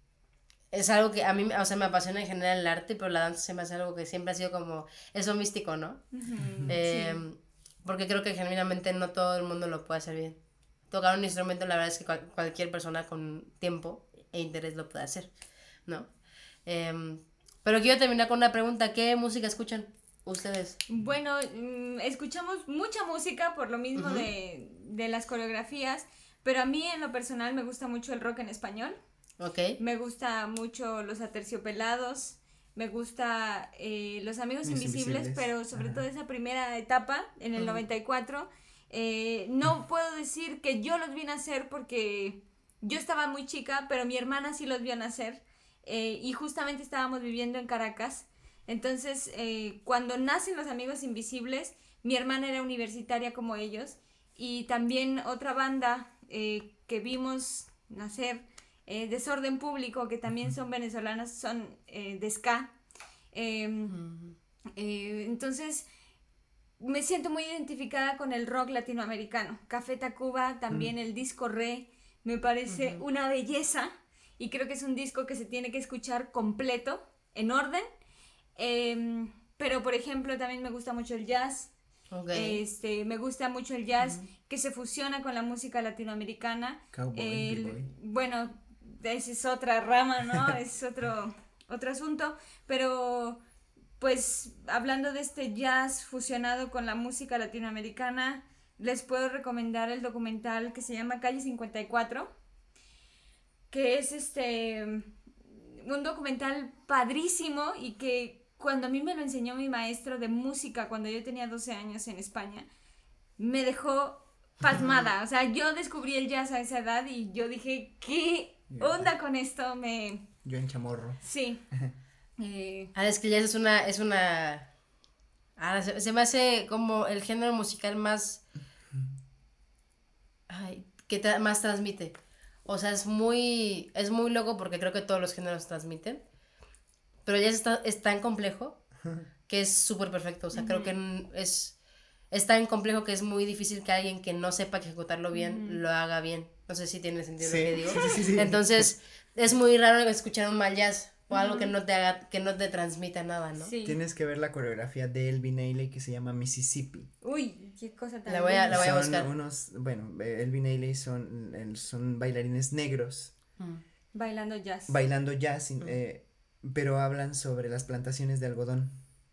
es algo que a mí, o sea, me apasiona en general el arte, pero la danza se me hace algo que siempre ha sido como eso místico, ¿no? Uh-huh, eh, sí. Porque creo que genuinamente no todo el mundo lo puede hacer bien. Tocar un instrumento, la verdad es que cual, cualquier persona con tiempo e interés lo puede hacer, ¿no? Eh, pero quiero terminar con una pregunta. ¿Qué música escuchan ustedes? Bueno, mmm, escuchamos mucha música por lo mismo uh-huh. de, de las coreografías, pero a mí en lo personal me gusta mucho el rock en español. Okay. Me gusta mucho Los Aterciopelados, me gusta eh, Los Amigos Invisibles, Invisibles, pero sobre uh-huh. todo esa primera etapa en el uh-huh. noventa y cuatro. Eh, no uh-huh. puedo decir que yo los vi nacer porque yo estaba muy chica, pero mi hermana sí los vio nacer eh, y justamente estábamos viviendo en Caracas. Entonces, eh, cuando nacen Los Amigos Invisibles, mi hermana era universitaria como ellos, y también otra banda eh, que vimos nacer, eh, Desorden Público, que también son venezolanas, son eh, de ska. Eh, uh-huh. eh, entonces, me siento muy identificada con el rock latinoamericano. Café Tacuba, también uh-huh. el disco Re, me parece uh-huh. una belleza, y creo que es un disco que se tiene que escuchar completo, en orden. Eh, pero por ejemplo también me gusta mucho el jazz. Okay. Este, me gusta mucho el jazz uh-huh. que se fusiona con la música latinoamericana. Cowboy, el, bueno, esa es otra rama, ¿no? Es otro, otro asunto, pero pues hablando de este jazz fusionado con la música latinoamericana, les puedo recomendar el documental que se llama Calle cincuenta y cuatro, que es este un documental padrísimo y que cuando a mí me lo enseñó mi maestro de música cuando yo tenía doce años en España, me dejó pasmada. O sea, yo descubrí el jazz a esa edad y yo dije, ¿qué onda con esto? Me... Yo en chamorro. Sí. eh... Ah, es que el jazz es una, es una... Ah, se, se me hace como el género musical más... Ay, que tra- más transmite. O sea, es muy, es muy loco porque creo que todos los géneros transmiten. Pero el jazz está, es tan complejo que es súper perfecto. O sea, uh-huh. creo que n- es, es tan complejo que es muy difícil que alguien que no sepa ejecutarlo bien, uh-huh. lo haga bien. No sé si tiene sentido sí, lo que digo. Sí, sí, sí. Entonces, es muy raro escuchar un mal jazz o uh-huh. algo que no te haga, que no te transmita nada, ¿no? Sí. Tienes que ver la coreografía de Elvin Ailey que se llama Mississippi. Uy, qué cosa tan La voy a, la voy a son buscar. unos, bueno, Elvin Ailey son, son bailarines negros. Mm. Bailando jazz. Bailando jazz, mm. eh, pero hablan sobre las plantaciones de algodón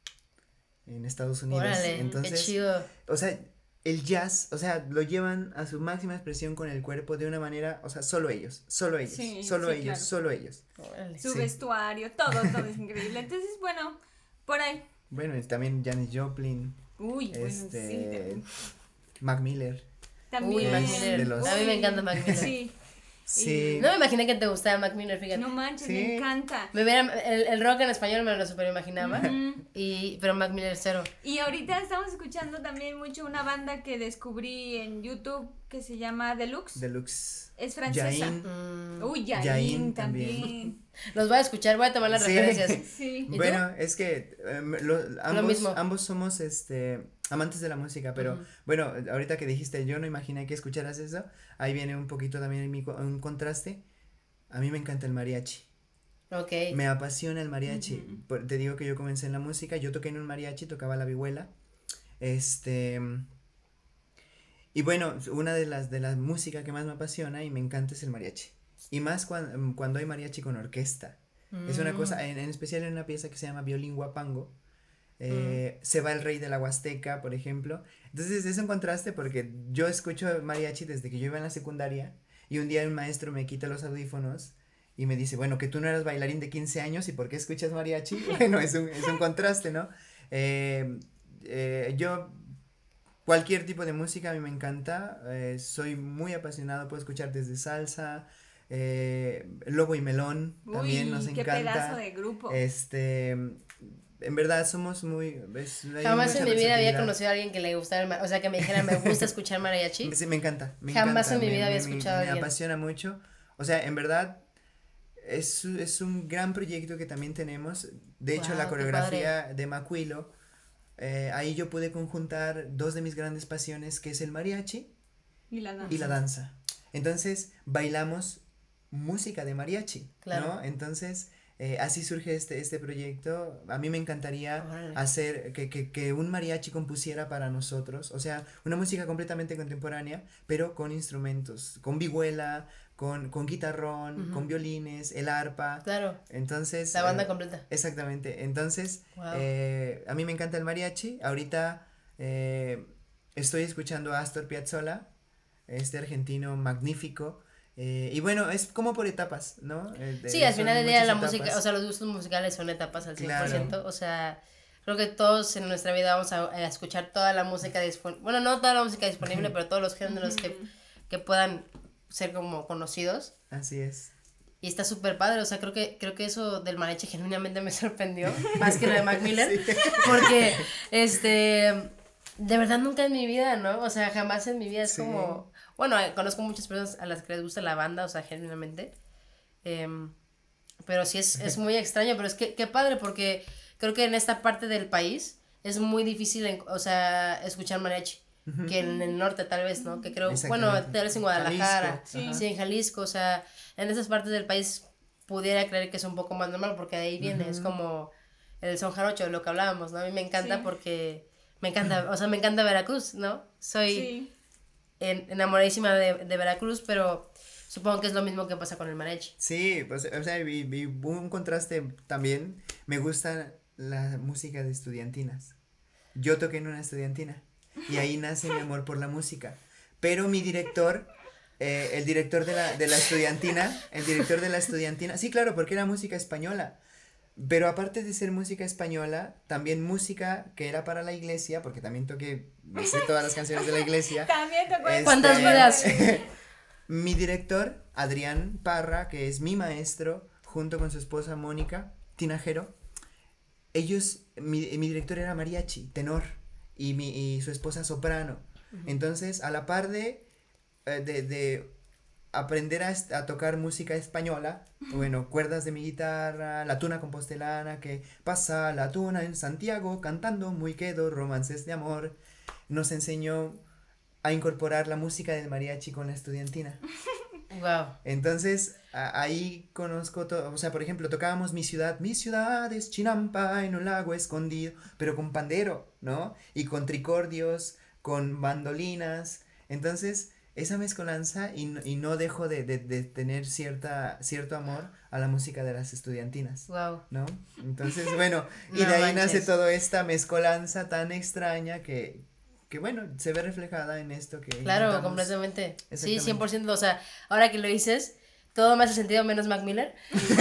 en Estados Unidos. Órale, entonces, qué chido. O sea, el jazz, o sea, lo llevan a su máxima expresión con el cuerpo de una manera, o sea, solo ellos, solo ellos, sí, solo sí, ellos, claro. solo ellos. Órale. Su sí. vestuario, todo, todo es increíble. Entonces, bueno, por ahí. Bueno, y también Janis Joplin. Uy, este, bueno, sí. Mac Miller. También. Uy, Mac Miller. Los... A mí me encanta Mac Miller. Sí. Sí. No me imaginé que te gustaba Mac Miller, fíjate. No manches, sí. me encanta. Me hubiera, el, el rock en español me lo super imaginaba, uh-huh. y, pero Mac Miller cero. Y ahorita estamos escuchando también mucho una banda que descubrí en YouTube que se llama Deluxe. Deluxe. Es francesa. Yain. Mm. Uy, Yain, Yain también. también. Los voy a escuchar, voy a tomar las sí. referencias. Sí. Bueno, es que um, lo, ambos, lo mismo. ambos somos este amantes de la música, pero uh-huh. bueno, ahorita que dijiste, yo no imaginé que escucharas eso, ahí viene un poquito también mi, un contraste. A mí me encanta el mariachi. Ok. Me apasiona el mariachi. Uh-huh. Por, te digo que yo comencé en la música, yo toqué en un mariachi, tocaba la vihuela. Este... Y bueno, una de las de la música que más me apasiona y me encanta es el mariachi. Y más cuando, cuando hay mariachi con orquesta. Mm. Es una cosa, en, en especial en una pieza que se llama Violín Huapango. Eh, mm. Se va el rey de la Huasteca, por ejemplo. Entonces es un contraste porque yo escucho mariachi desde que yo iba en la secundaria. Y un día un maestro me quita los audífonos y me dice, bueno, que tú no eras bailarín de quince años y ¿por qué escuchas mariachi? Bueno, es un, es un contraste, ¿no? Eh, eh, yo, cualquier tipo de música a mí me encanta, eh, soy muy apasionado, puedo escuchar desde salsa, eh, Lobo y Melón, también Uy, nos qué encanta. pedazo de grupo. Este... En verdad somos muy... Es, Jamás en mi vida había conocido a alguien que le gustara, el, o sea, que me dijera, me gusta escuchar mariachi. Sí, me encanta. Me Jamás encanta, en mi vida me, había me, escuchado me, a alguien. Me apasiona mucho. O sea, en verdad, es, es un gran proyecto que también tenemos. De hecho, wow, la coreografía de Macuilo, eh, ahí yo pude conjuntar dos de mis grandes pasiones, que es el mariachi y la danza. Y la danza. Entonces, bailamos música de mariachi, claro. ¿no? Entonces... Eh, así surge este, este proyecto. A mí me encantaría Órale. hacer que, que, que un mariachi compusiera para nosotros, o sea, una música completamente contemporánea, pero con instrumentos, con vihuela, con, con guitarrón, uh-huh. con violines, el arpa. Claro. Entonces. La banda eh, completa. Exactamente. Entonces, wow. eh, a mí me encanta el mariachi. Ahorita eh, estoy escuchando a Astor Piazzolla, este argentino magnífico. Eh, y bueno, es como por etapas, ¿no? Eh, sí, al final del día la etapas. música, o sea, los gustos musicales son etapas al cien por ciento, claro. O sea, creo que todos en nuestra vida vamos a, a escuchar toda la música disponible, bueno, no toda la música disponible, pero todos los géneros que, que puedan ser como conocidos. Así es. Y está súper padre, o sea, creo que, creo que eso del mariachi genuinamente me sorprendió, más que lo de Mac Miller, sí. Porque, este, de verdad nunca en mi vida, ¿no? O sea, jamás en mi vida es sí. como... Bueno, conozco muchas personas a las que les gusta la banda, o sea, genuinamente. Eh, pero sí es, es muy extraño, pero es que qué padre, porque creo que en esta parte del país es muy difícil, en, o sea, escuchar mariachi. Uh-huh. Que en el norte tal vez, ¿no? Que creo, bueno, tal vez en Guadalajara, sí. sí, en Jalisco, o sea, en esas partes del país pudiera creer que es un poco más normal, porque de ahí viene, uh-huh. es como el son jarocho, de lo que hablábamos, ¿no? A mí me encanta sí. porque, me encanta, o sea, me encanta Veracruz, ¿no? Soy... Sí. enamoradísima de, de Veracruz, pero supongo que es lo mismo que pasa con el mariachi. Sí, pues, o sea, y, y un contraste también, me gusta la música de estudiantinas. Yo toqué en una estudiantina y ahí nace mi amor por la música, pero mi director, eh, el director de la, de la estudiantina, el director de la estudiantina, sí, claro, porque era música española, pero aparte de ser música española, también música que era para la iglesia, porque también toqué, me sé todas las canciones de la iglesia. También tocó. Este, ¿Cuántas vidas? Mi director, Adrián Parra, que es mi maestro, junto con su esposa Mónica Tinajero, ellos, mi, mi director era mariachi, tenor, y, mi, y su esposa soprano. Uh-huh. Entonces, a la par de, de, de aprender a, a tocar música española, bueno, cuerdas de mi guitarra, la tuna compostelana, que pasa la tuna en Santiago, cantando muy quedo, romances de amor, nos enseñó a incorporar la música del mariachi con la estudiantina. Wow. Entonces, a, ahí conozco todo, o sea, por ejemplo, tocábamos Mi ciudad, mi ciudad es Chinampa en un lago escondido, pero con pandero, ¿no? Y con tricordios, con bandolinas, entonces, esa mezcolanza y, y no dejo de, de, de tener cierta, cierto amor a la música de las estudiantinas. Wow. ¿No? Entonces, bueno, y No de ahí manches. nace toda esta mezcolanza tan extraña que, que bueno, se ve reflejada en esto que Claro, intentamos. completamente. Sí, Exactamente. cien por ciento, o sea, ahora que lo dices, todo me hace sentido menos Mac Miller. Este,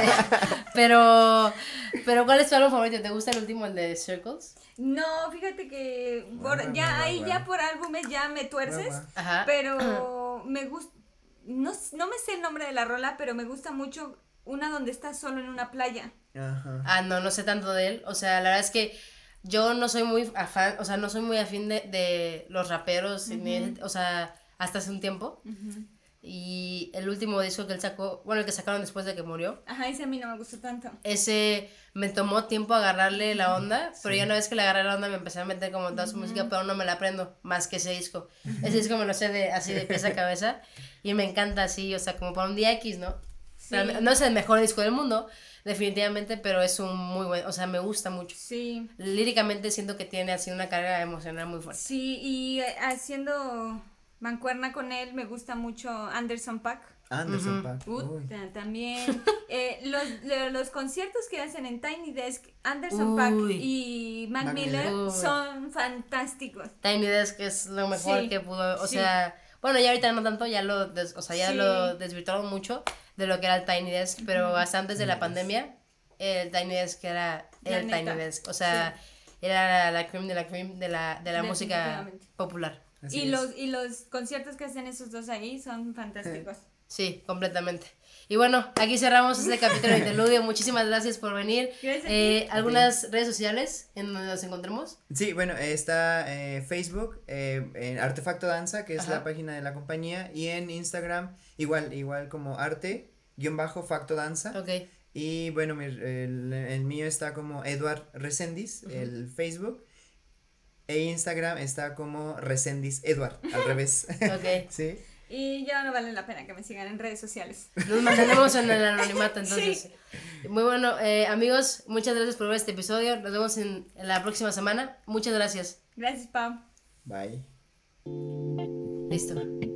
pero, pero ¿cuál es tu álbum favorito? ¿Te gusta el último, el de Circles? No, fíjate que por, Guau, ya guau, ahí guau. ya por álbumes ya me tuerces, Guau, guau. Ajá. pero me gusta, no, no me sé el nombre de la rola, pero me gusta mucho una donde está solo en una playa. Ajá. Ah, no, no sé tanto de él. O sea, la verdad es que yo no soy muy afán, o sea, no soy muy afín de, de los raperos, Ujú. ni- o sea, hasta hace un tiempo. Uh-huh. Y el último disco que él sacó, bueno, el que sacaron después de que murió, Ajá, ese a mí no me gustó tanto. ese me tomó tiempo agarrarle la onda, pero ya una vez que le agarré la onda me empecé a meter como en toda su música, pero no me la aprendo más que ese disco. Ese disco me lo sé de, así de pies a cabeza y me encanta así, o sea, como para un día X, ¿no? Sí. O sea, no es el mejor disco del mundo, definitivamente, pero es un muy buen, o sea, me gusta mucho. Sí, Líricamente siento que tiene así una carga emocional muy fuerte. sí, y eh, haciendo mancuerna con él me gusta mucho Anderson .Paak. Anderson Ujú. .Paak. Uy. Puta, también eh, los, lo- los conciertos que hacen en Tiny Desk, Anderson .Paak Uy. y Mac Mac Miller Miller. son fantásticos. Tiny Desk es lo mejor Sí, que pudo, o sí. sea, bueno, ya ahorita no tanto, ya lo, des- o sea, ya Sí. lo desvirtuaron mucho de lo que era el Tiny Desk, pero hasta antes de la Tiny Desk. pandemia, el Tiny Desk era La el neta, Tiny Desk, o sea, era la cream de la cream de la, de la música Definitivamente. popular. Así Y es. los, y los conciertos que hacen esos dos ahí son fantásticos. Sí, completamente. Y bueno, aquí cerramos este capítulo de Interludio. Muchísimas gracias por venir. Gracias a Eh, ti. ¿Algunas redes sociales en donde nos encontremos? Sí, bueno, está eh, Facebook, eh, en Artefacto Danza, que es Ajá. la página de la compañía, y en Instagram, igual, igual como arte, guión bajo, facto danza. Ok. Y bueno, mi- el, el mío está como Eduard Resendiz, el Facebook, e Instagram está como Resendiz Eduard, al revés. Ok. Sí. Y ya no vale la pena que me sigan en redes sociales. Nos mantenemos en el anonimato, entonces. Muy bueno, eh, amigos, muchas gracias por ver este episodio. Nos vemos en, en la próxima semana. Muchas gracias. Gracias, Pau. Bye. Listo.